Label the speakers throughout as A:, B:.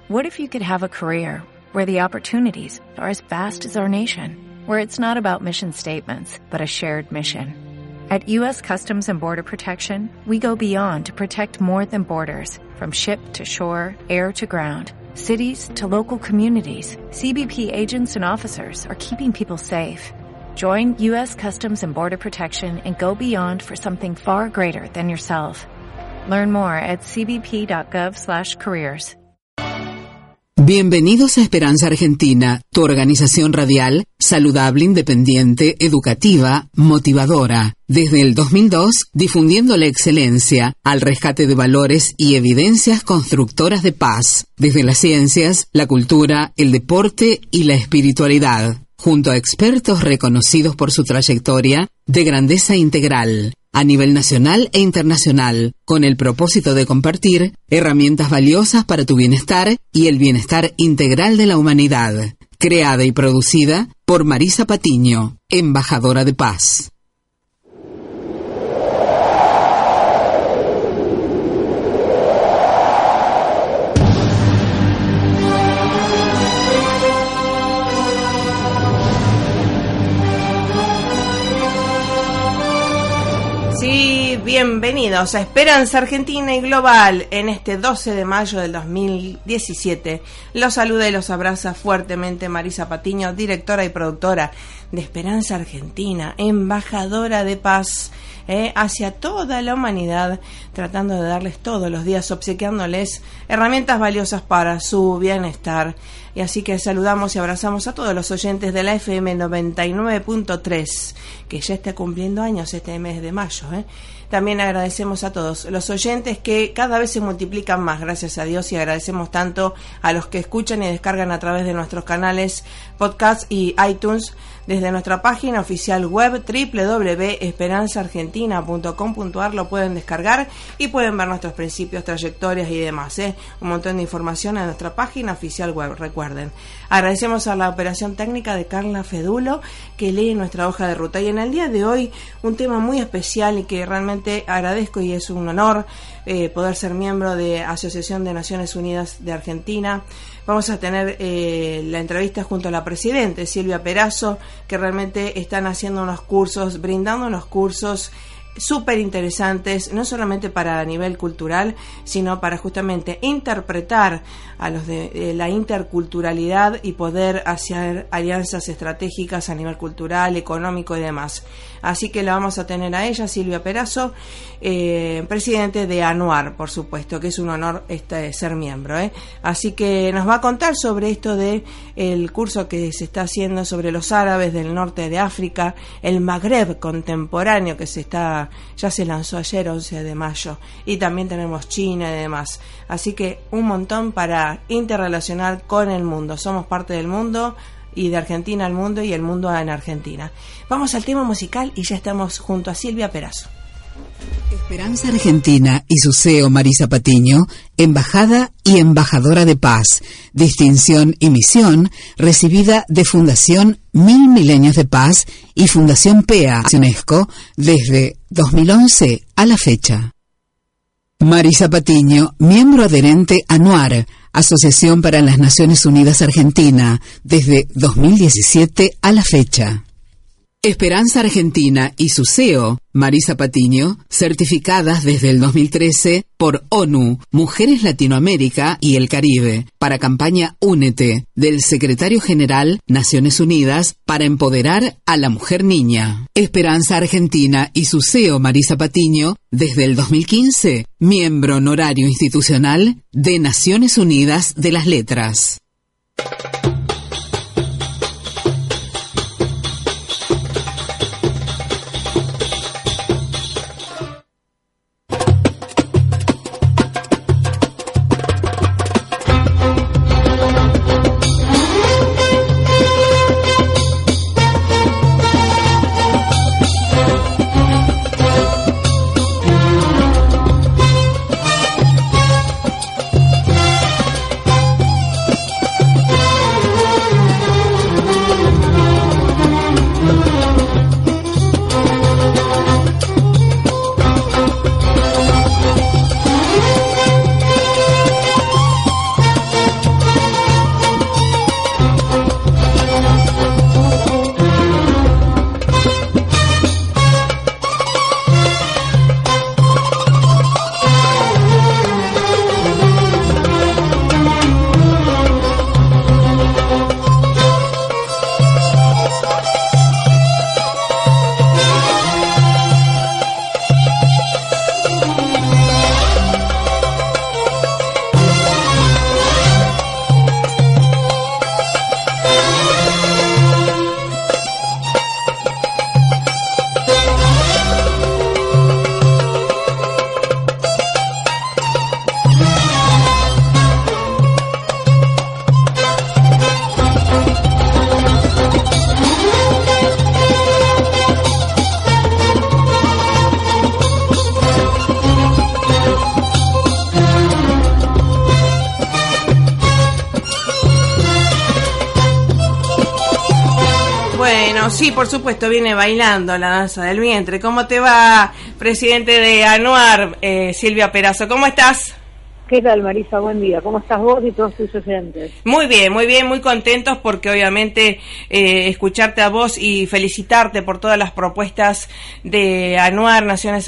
A: What if you could have a career where the opportunities are as vast as our nation, where it's not about mission statements, but a shared mission? At U.S. Customs and Border Protection, we go beyond to protect more than borders, from ship to shore, air to ground, cities to local communities. CBP agents and officers are keeping people safe. Join U.S. Customs and Border Protection and go beyond for something far greater than yourself. Learn more at cbp.gov/careers.
B: Bienvenidos a Esperanza Argentina, tu organización radial, saludable, independiente, educativa, motivadora. Desde el 2002, difundiendo la excelencia al rescate de valores y evidencias constructoras de paz, desde las ciencias, la cultura, el deporte y la espiritualidad, junto a expertos reconocidos por su trayectoria de grandeza integral, a nivel nacional e internacional, con el propósito de compartir herramientas valiosas para tu bienestar y el bienestar integral de la humanidad. Creada y producida por Marisa Patiño, embajadora de paz.
C: Bienvenidos a Esperanza Argentina y Global en este 12 de mayo del 2017. Los saluda y los abraza fuertemente Marisa Patiño, directora y productora de Esperanza Argentina, embajadora de paz hacia toda la humanidad, tratando de darles todos los días, obsequiándoles herramientas valiosas para su bienestar. Y así que saludamos y abrazamos a todos los oyentes de la FM 99.3, que ya está cumpliendo años este mes de mayo. También agradecemos a todos los oyentes que cada vez se multiplican más, gracias a Dios, y agradecemos tanto a los que escuchan y descargan a través de nuestros canales podcast y iTunes, desde nuestra página oficial web www.esperanzaargentina.com.ar lo pueden descargar y pueden ver nuestros principios, trayectorias y demás. Un montón de información en nuestra página oficial web, recuerden. Agradecemos a la operación técnica de Carla Fedulo, que lee nuestra hoja de ruta. Y en el día de hoy, un tema muy especial y que realmente agradezco y es un honor poder ser miembro de Asociación de Naciones Unidas de Argentina. Vamos a tener la entrevista junto a la presidenta Silvia Perazo, que realmente están haciendo unos cursos, brindando unos cursos súper interesantes, no solamente para nivel cultural, sino para justamente interpretar a los de la interculturalidad y poder hacer alianzas estratégicas a nivel cultural, económico y demás. Así que la vamos a tener a ella, Silvia Perazo, presidente de ANUAR, por supuesto, que es un honor ser miembro. Así que nos va a contar sobre esto de el curso que se está haciendo sobre los árabes del norte de África, el Magreb contemporáneo, que ya se lanzó ayer, 11 de mayo, y también tenemos China y demás. Así que un montón para interrelacionar con el mundo. Somos parte del mundo, y de Argentina al mundo y el mundo en Argentina. Vamos al tema musical y ya estamos junto a Silvia Perazo.
B: Esperanza Argentina y su CEO Marisa Patiño, embajada y embajadora de paz, distinción y misión recibida de Fundación Mil Milenios de Paz y Fundación PEA UNESCO desde 2011 a la fecha. Marisa Patiño, miembro adherente a ANUAR, Asociación para las Naciones Unidas Argentina, desde 2017 a la fecha. Esperanza Argentina y su CEO, Marisa Patiño, certificadas desde el 2013 por ONU, Mujeres Latinoamérica y el Caribe, para campaña Únete, del Secretario General Naciones Unidas para empoderar a la mujer niña. Esperanza Argentina y su CEO, Marisa Patiño, desde el 2015, miembro honorario institucional de Naciones Unidas de las Letras.
C: Bueno, sí, por supuesto, viene bailando la danza del vientre. ¿Cómo te va, presidente de ANUAR, Silvia Perazo? ¿Cómo estás?
D: ¿Qué tal, Marisa? Buen día. ¿Cómo estás vos y todos tus oyentes?
C: Muy bien, muy contentos porque obviamente escucharte a vos y felicitarte por todas las propuestas de ANUAR,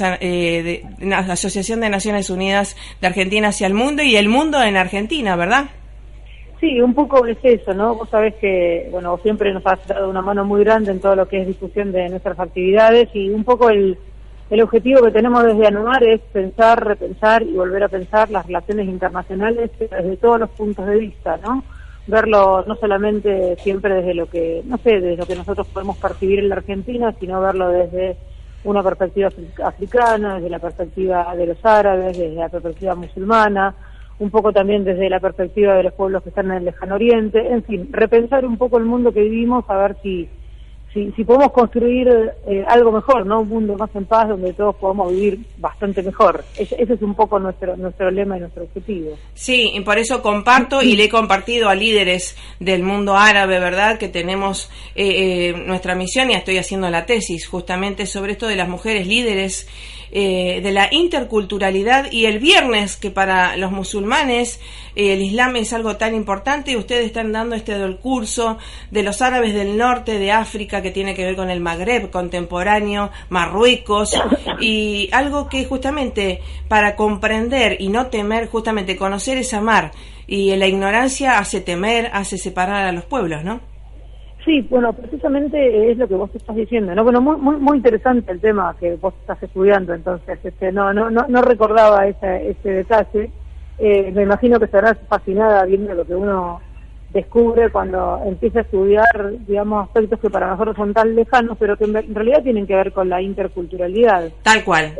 C: Asociación de Naciones Unidas de Argentina hacia el mundo y el mundo en Argentina, ¿verdad?
D: Sí, un poco es eso, ¿no? Vos sabés que, bueno, vos siempre nos has dado una mano muy grande en todo lo que es difusión de nuestras actividades y un poco el objetivo que tenemos desde ANUAR es pensar, repensar y volver a pensar las relaciones internacionales desde todos los puntos de vista, ¿no? Verlo no solamente siempre desde lo que, no sé, desde lo que nosotros podemos percibir en la Argentina, sino verlo desde una perspectiva africana, desde la perspectiva de los árabes, desde la perspectiva musulmana, un poco también desde la perspectiva de los pueblos que están en el Lejano Oriente, en fin, repensar un poco el mundo que vivimos, a ver si podemos construir algo mejor, ¿no? Un mundo más en paz donde todos podamos vivir bastante mejor. Ese es un poco nuestro lema y nuestro objetivo.
C: Sí, y por eso comparto y le he compartido a líderes del mundo árabe, ¿verdad? Que tenemos nuestra misión y estoy haciendo la tesis justamente sobre esto de las mujeres líderes, de la interculturalidad y el viernes, que para los musulmanes el Islam es algo tan importante y ustedes están dando del curso de los árabes del norte de África que tiene que ver con el Magreb contemporáneo, Marruecos, y algo que justamente para comprender y no temer, justamente conocer es amar, y la ignorancia hace temer, hace separar a los pueblos, ¿no?
D: Sí, bueno, precisamente es lo que vos estás diciendo, ¿no? Bueno, muy interesante el tema que vos estás estudiando, entonces, no recordaba ese detalle. Me imagino que estarás fascinada viendo lo que uno descubre cuando empieza a estudiar, digamos, aspectos que para nosotros son tan lejanos, pero que en realidad tienen que ver con la interculturalidad.
C: Tal cual.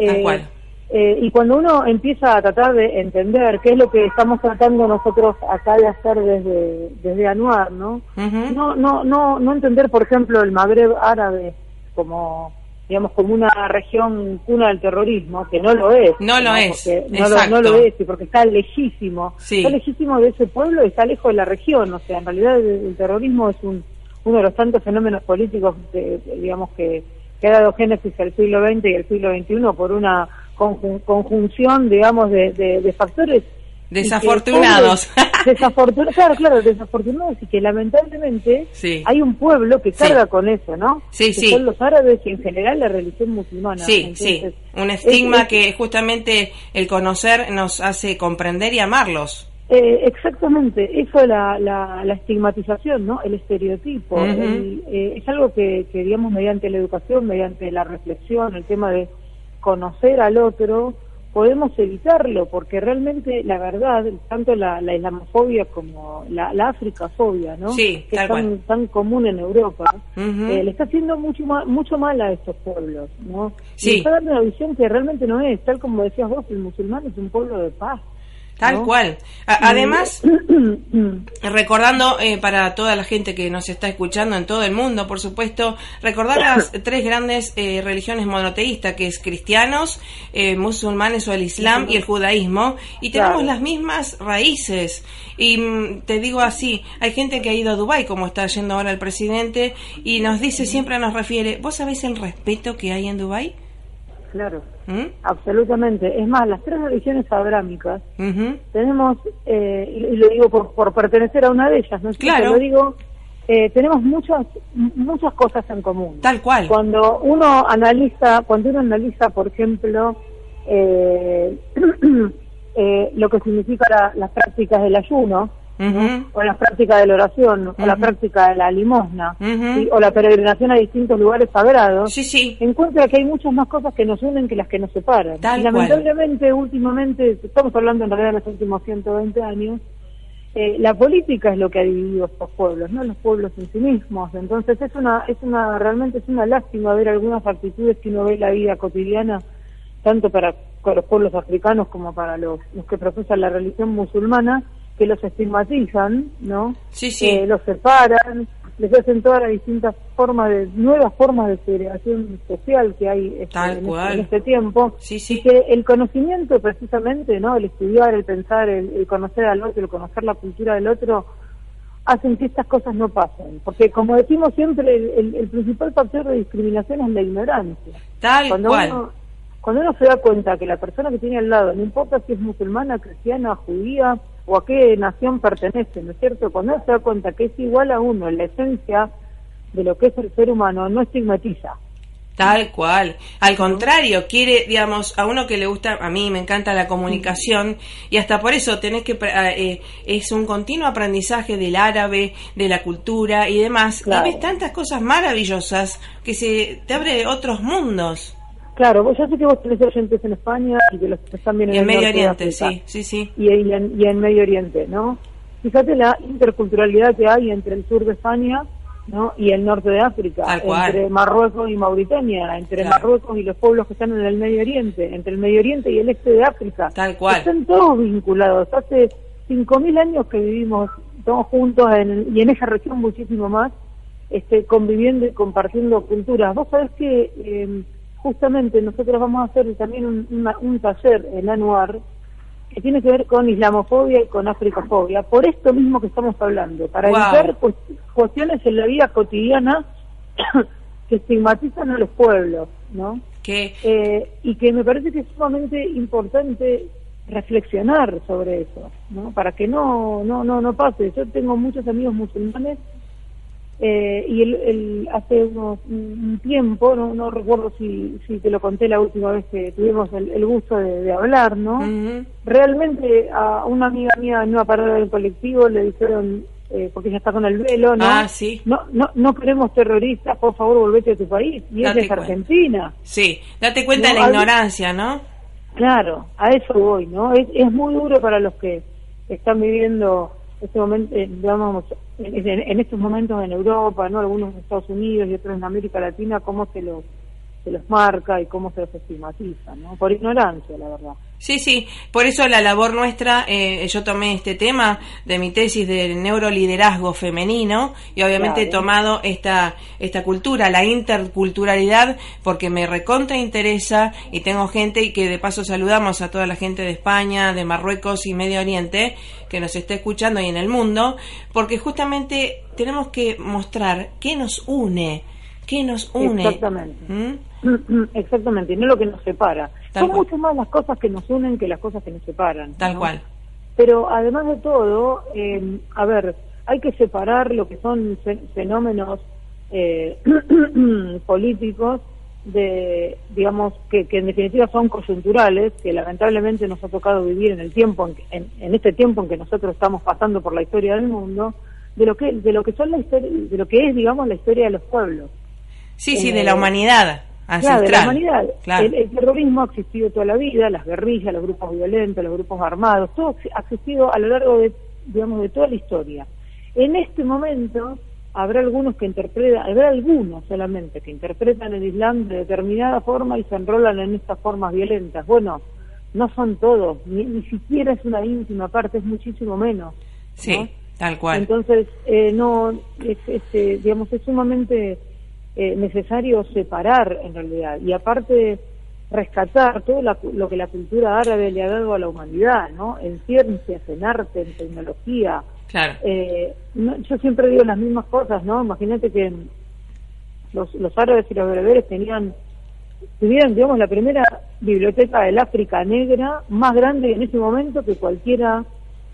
D: Y cuando uno empieza a tratar de entender qué es lo que estamos tratando nosotros acá de hacer desde ANUAR, ¿no? Uh-huh. No entender, por ejemplo, el Magreb árabe como, digamos, como una región cuna del terrorismo, que no lo es.
C: No lo es,
D: no lo es, y porque está lejísimo.
C: Sí.
D: Está lejísimo de ese pueblo y está lejos de la región. O sea, en realidad el terrorismo es uno de los tantos fenómenos políticos, digamos, que ha dado génesis al siglo XX y al siglo XXI por una conjunción, digamos, de factores
C: desafortunados.
D: Desafortunados y que lamentablemente hay un pueblo que carga con eso, ¿no?
C: Sí.
D: Son los árabes y en general la religión musulmana.
C: Entonces, un estigma que justamente el conocer nos hace comprender y amarlos.
D: Exactamente, eso la estigmatización, ¿no? El estereotipo. Uh-huh. Es algo que, digamos, mediante la educación, mediante la reflexión, el tema de conocer al otro, podemos evitarlo, porque realmente la verdad, tanto la islamofobia como la africafobia, ¿no?
C: Sí,
D: que es tan común en Europa, uh-huh. Le está haciendo mucho mal a estos pueblos, ¿no?
C: Sí.
D: Y está dando una visión que realmente no es, tal como decías vos, el musulmán es un pueblo de paz.
C: Tal cual. Además, recordando para toda la gente que nos está escuchando en todo el mundo, por supuesto, recordar las tres grandes religiones monoteístas, que es cristianos, musulmanes o el Islam y el judaísmo, y tenemos las mismas raíces. Y te digo así, hay gente que ha ido a Dubái, como está yendo ahora el presidente, y nos dice, siempre nos refiere, ¿vos sabés el respeto que hay en Dubái?
D: Claro, absolutamente. Es más, las tres religiones abrámicas, uh-huh. tenemos, y lo digo por pertenecer a una de ellas, ¿no?
C: Claro.
D: Lo digo, tenemos muchas cosas en común.
C: Tal cual.
D: Cuando uno analiza, por ejemplo, lo que significa las prácticas del ayuno, uh-huh. o la práctica de la oración, uh-huh. o la práctica de la limosna,
C: uh-huh.
D: ¿sí? o la peregrinación a distintos lugares sagrados,
C: sí.
D: encuentra que hay muchas más cosas que nos unen que las que nos separan. Y lamentablemente, últimamente, estamos hablando en realidad de los últimos 120 años, la política es lo que ha dividido estos pueblos, no los pueblos en sí mismos. Entonces realmente es una lástima ver algunas actitudes que uno ve en la vida cotidiana, tanto para los pueblos africanos como para los que profesan la religión musulmana, que
C: estigmatizan,
D: ¿no?
C: Sí.
D: Los separan, les hacen todas las distintas nuevas formas de segregación social que hay en este tiempo.
C: Sí.
D: Y que el conocimiento precisamente, ¿no? El estudiar, el pensar, el conocer al otro, el conocer la cultura del otro, hacen que estas cosas no pasen. Porque como decimos siempre, el principal factor de discriminación es la ignorancia.
C: Tal cual.
D: Cuando uno se da cuenta que la persona que tiene al lado, no importa si es musulmana, cristiana, judía o a qué nación pertenece, ¿no es cierto? Cuando uno se da cuenta que es igual a uno en la esencia de lo que es el ser humano, no estigmatiza.
C: Tal cual. Al contrario, quiere, digamos, a uno que le gusta, a mí me encanta la comunicación, y hasta por eso tenés que, es un continuo aprendizaje del árabe, de la cultura y demás. Claro. Y ves tantas cosas maravillosas que te abre otros mundos.
D: Claro, yo sé que vos tenés oyentes en España y que los están bien en el
C: Medio Oriente, sí.
D: Y en Medio Oriente, ¿no? Fíjate la interculturalidad que hay entre el sur de España, ¿no? Y el norte de África, entre Marruecos y Mauritania, entre Marruecos y los pueblos que están en el Medio Oriente, entre el Medio Oriente y el este de África.
C: Tal cual.
D: Están todos vinculados. Hace 5.000 años que vivimos todos juntos y en esa región muchísimo más, conviviendo y compartiendo culturas. Vos sabés que justamente nosotros vamos a hacer también un taller en Anuar que tiene que ver con islamofobia y con africofobia, por esto mismo que estamos hablando, para evitar cuestiones en la vida cotidiana que estigmatizan a los pueblos, ¿no? Y que me parece que es sumamente importante reflexionar sobre eso, ¿no? Para que no pase. Yo tengo muchos amigos musulmanes y hace un tiempo, no recuerdo si te lo conté la última vez que tuvimos el gusto de hablar, ¿no? Uh-huh. Realmente a una amiga mía en una parada del colectivo le dijeron, porque ella está con el velo, ¿no?
C: Ah, sí.
D: No queremos terroristas, por favor volvete a tu país. Y ella es argentina.
C: Sí, date cuenta de la ignorancia, ¿no?
D: Claro, a eso voy, ¿no? Es muy duro para los que están viviendo este momento, digamos, en estos momentos en Europa, ¿no? Algunos en Estados Unidos y otros en América Latina, cómo se los marca y cómo se los estigmatiza, ¿no? Por ignorancia, la verdad.
C: Sí, por eso la labor nuestra, yo tomé este tema de mi tesis del neuroliderazgo femenino y obviamente he tomado esta cultura, la interculturalidad, porque me recontra interesa y tengo gente, y que de paso saludamos a toda la gente de España, de Marruecos y Medio Oriente que nos está escuchando y en el mundo, porque justamente tenemos que mostrar qué nos une.
D: Exactamente. Exactamente, y no lo que nos separa. Son mucho más las cosas que nos unen que las cosas que nos separan.
C: Tal cual.
D: Pero además de todo, hay que separar lo que son fenómenos políticos digamos, que en definitiva son coyunturales, que lamentablemente nos ha tocado vivir en el tiempo, en este tiempo en que nosotros estamos pasando por la historia del mundo, de lo que son la historia, de lo que es, digamos, la historia de los pueblos.
C: Sí, de la humanidad ancestral.
D: Claro, de la humanidad.
C: Claro.
D: El terrorismo ha existido toda la vida, las guerrillas, los grupos violentos, los grupos armados, todo ha existido a lo largo de toda la historia. En este momento habrá algunos solamente que interpretan el Islam de determinada forma y se enrolan en estas formas violentas. Bueno, no son todos, ni siquiera es una ínfima parte, es muchísimo menos, ¿no?
C: Sí, tal cual.
D: Entonces, digamos, es sumamente necesario separar en realidad, y aparte rescatar todo lo que la cultura árabe le ha dado a la humanidad, ¿no? En ciencias, en arte, en tecnología.
C: Claro.
D: Yo siempre digo las mismas cosas, ¿no? Imagínate que los árabes y los bereberes tuvieron, digamos, la primera biblioteca del África negra más grande en ese momento que cualquier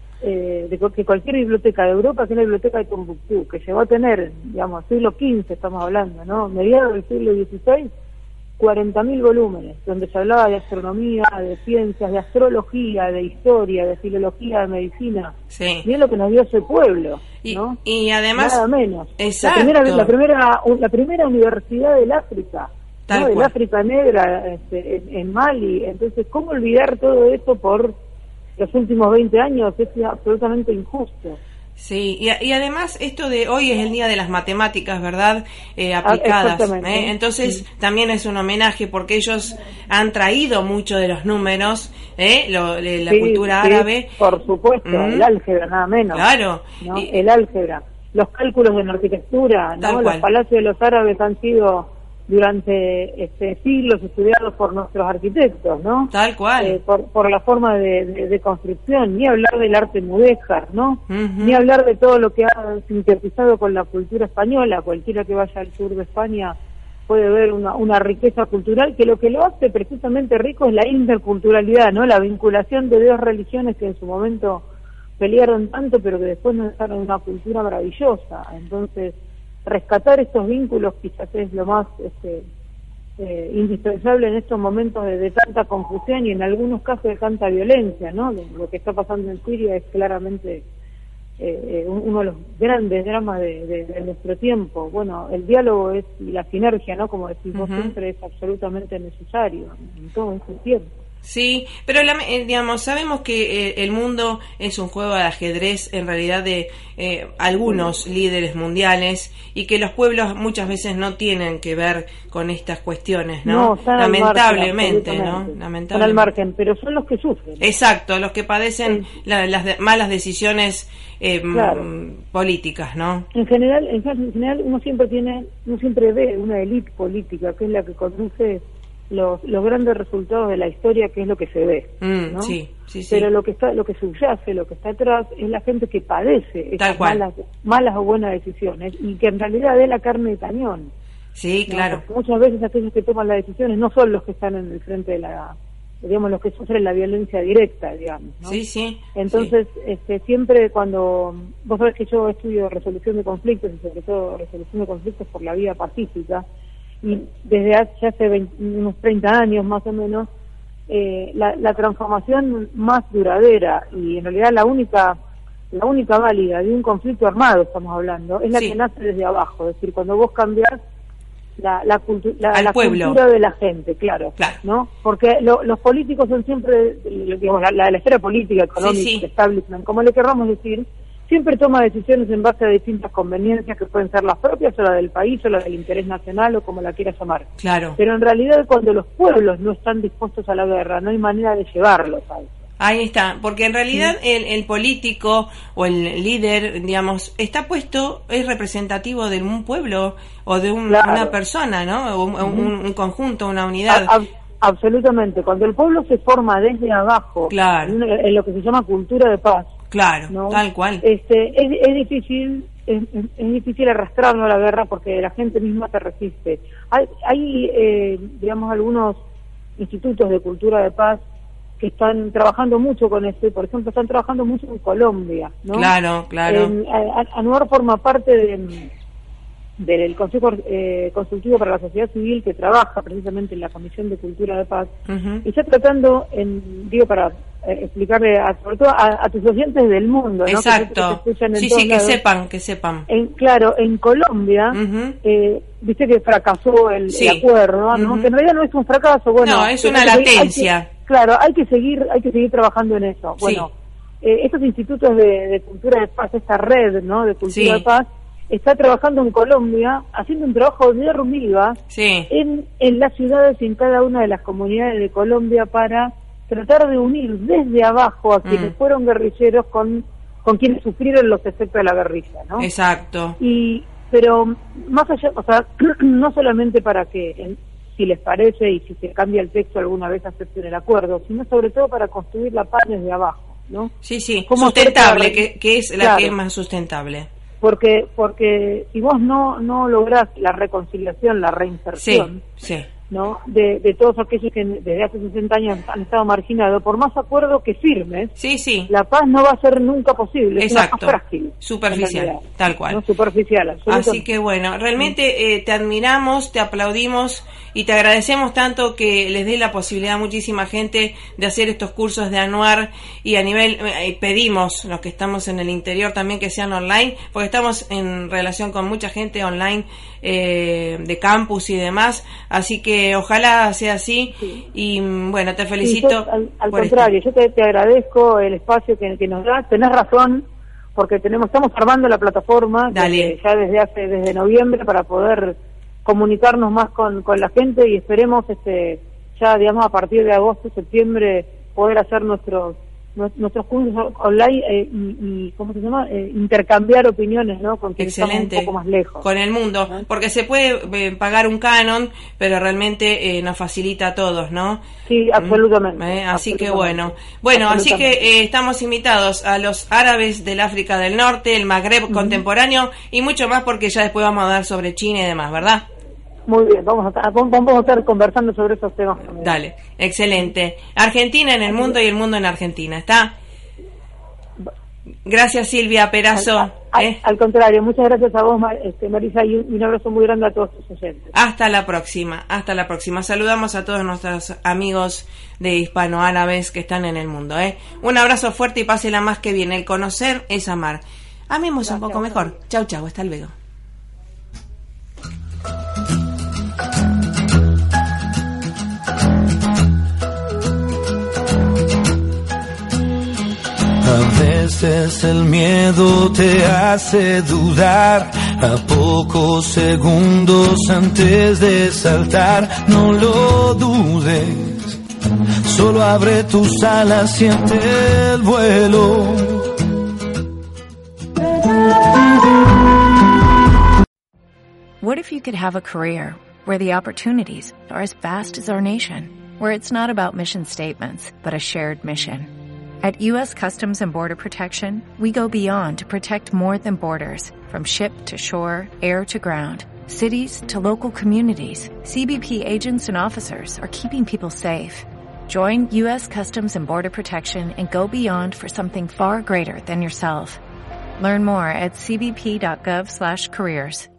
D: biblioteca de Europa, que es la biblioteca de Tombuctú, que llegó a tener, digamos, siglo XV estamos hablando, ¿no? Mediados del siglo XVI, 40.000 volúmenes, donde se hablaba de astronomía, de ciencias, de astrología, de historia, de filología, de medicina.
C: Sí.
D: Y es lo que nos dio ese pueblo, ¿no?
C: Y además,
D: nada menos.
C: Exacto.
D: La primera universidad del África, ¿no? Del África negra, en Mali. Entonces, ¿cómo olvidar todo esto por los últimos 20 años? Es absolutamente injusto.
C: Sí, y además esto de hoy es el día de las matemáticas, ¿verdad? Aplicadas. Entonces también es un homenaje porque ellos han traído mucho de los números, la cultura árabe.
D: Por supuesto, el álgebra, nada menos.
C: Claro.
D: ¿No? El álgebra, los cálculos en arquitectura, ¿no? Los palacios de los árabes han sido durante siglos estudiados por nuestros arquitectos, ¿no?
C: Tal cual.
D: Por la forma de construcción, ni hablar del arte mudéjar, ¿no? Ni hablar de todo lo que ha sintetizado con la cultura española. Cualquiera que vaya al sur de España puede ver una riqueza cultural, que lo hace precisamente rico es la interculturalidad, ¿no? La vinculación de dos religiones que en su momento pelearon tanto, pero que después nos dejaron una cultura maravillosa. Entonces, rescatar estos vínculos quizás es lo más indispensable en estos momentos de tanta confusión y en algunos casos de tanta violencia, ¿no? Lo que está pasando en Siria es claramente uno de los grandes dramas de nuestro tiempo. Bueno, el diálogo y la sinergia, ¿no? Como decimos siempre, es absolutamente necesario en todo este tiempo.
C: Sí, pero digamos, sabemos que el mundo es un juego de ajedrez en realidad de algunos líderes mundiales y que los pueblos muchas veces no tienen que ver con estas cuestiones, ¿no? Lamentablemente, ¿no? Lamentablemente.
D: Están al margen, pero son los que sufren.
C: Exacto, los que padecen las malas decisiones políticas, ¿no?
D: En general uno siempre ve una élite política que es la que conduce los grandes resultados de la historia, que es lo que se ve, ¿no?
C: Sí.
D: Pero lo que subyace, lo que está atrás, es la gente que padece esas malas o buenas decisiones y que en realidad es la carne de cañón.
C: Sí,
D: ¿no?
C: claro.
D: Porque muchas veces aquellos que toman las decisiones no son los que están en el frente de digamos, los que sufren la violencia directa, digamos, ¿no?
C: Sí.
D: Entonces, siempre cuando... Vos sabés que yo estudio resolución de conflictos, y sobre todo resolución de conflictos por la vía pacífica, y desde hace unos 30 años más o menos, la transformación más duradera y en realidad la única válida de un conflicto armado, estamos hablando, es la que nace desde abajo, es decir, cuando vos cambiás la cultura de la gente, claro. ¿No? Porque los políticos son siempre, digamos, la esfera política, económica, establishment, como le querramos decir, siempre toma decisiones en base a distintas conveniencias que pueden ser las propias o la del país o la del interés nacional o como la quieras llamar.
C: Claro.
D: Pero en realidad cuando los pueblos no están dispuestos a la guerra, no hay manera de llevarlos a eso.
C: Ahí está, porque en realidad el político o el líder, digamos, es representativo de un pueblo o de una persona, ¿no? O un conjunto, una unidad.
D: Absolutamente. Cuando el pueblo se forma desde abajo, en lo que se llama cultura de paz, ¿no?
C: Tal cual.
D: Es difícil arrastrarlo a la guerra porque la gente misma se resiste. Hay digamos, algunos institutos de cultura de paz que están trabajando mucho con esto, y por ejemplo están trabajando mucho en Colombia, ¿no?
C: Claro.
D: Anuar forma parte del Consejo Consultivo para la Sociedad Civil, que trabaja precisamente en la Comisión de Cultura de Paz, y está tratando, para explicarle sobre todo a tus oyentes del mundo, ¿no?
C: Exacto.
D: Que
C: sepan.
D: En Colombia, viste que fracasó el acuerdo, ¿no? Que en realidad no es un fracaso,
C: no, es una latencia.
D: Hay que seguir trabajando en eso. Bueno, estos institutos de cultura de paz, esta red, ¿no? De cultura de paz, está trabajando en Colombia, haciendo un trabajo de hormiga en las ciudades y en cada una de las comunidades de Colombia para tratar de unir desde abajo a quienes fueron guerrilleros con quienes sufrieron los efectos de la guerrilla, ¿no?
C: Exacto.
D: Pero más allá, o sea, no solamente para que, si les parece y si se cambia el texto alguna vez acepten el acuerdo, sino sobre todo para construir la paz desde abajo, ¿no?
C: Sí, sustentable, que es la que es más sustentable.
D: Porque si vos no lográs la reconciliación, la reinserción, ¿no? De todos aquellos que desde hace 60 años han estado marginados, por más acuerdo que firmes, la paz no va a ser nunca posible.
C: Exacto.
D: Es una paz frágil,
C: superficial, tal cual.
D: ¿no? Superficial, absolutamente.
C: Así que bueno, realmente te admiramos, te aplaudimos y te agradecemos tanto que les dé la posibilidad a muchísima gente de hacer estos cursos de Anuar, y a nivel pedimos, los que estamos en el interior también, que sean online, porque estamos en relación con mucha gente online de campus y demás, así que ojalá sea así. Y bueno, te felicito.
D: Al contrario, yo te agradezco el espacio que nos das. Tenés razón, porque estamos armando la plataforma ya desde noviembre para poder comunicarnos más con la gente, y esperemos ya digamos a partir de agosto, septiembre, poder hacer nuestros nuestros cursos online y ¿cómo se llama? Intercambiar opiniones, ¿no? Con quienes estamos un poco más lejos.
C: Con el mundo, porque se puede pagar un canon, pero realmente nos facilita a todos, ¿no?
D: Sí, absolutamente.
C: Así que bueno, así que estamos invitados a los árabes del África del Norte, el Magreb contemporáneo y mucho más, porque ya después vamos a hablar sobre China y demás, ¿verdad?
D: Muy bien, vamos a estar conversando sobre esos temas también.
C: Dale, excelente. Argentina en el mundo y el mundo en Argentina, ¿está? Gracias, Silvia Perazo.
D: Al contrario, muchas gracias a vos, Marisa, y un abrazo muy grande a todos tus oyentes.
C: Hasta la próxima. Saludamos a todos nuestros amigos de hispanoárabes que están en el mundo. Un abrazo fuerte y pásela más que bien. El conocer es amar. Amemos un poco mejor. Chau, hasta luego.
E: A veces el miedo te hace dudar, a pocos segundos antes de saltar, no lo dudes, solo abre tus alas, siente el vuelo.
A: What if you could have a career where the opportunities are as vast as our nation, where it's not about mission statements, but a shared mission? At U.S. Customs and Border Protection, we go beyond to protect more than borders. From ship to shore, air to ground, cities to local communities, CBP agents and officers are keeping people safe. Join U.S. Customs and Border Protection and go beyond for something far greater than yourself. Learn more at cbp.gov/careers.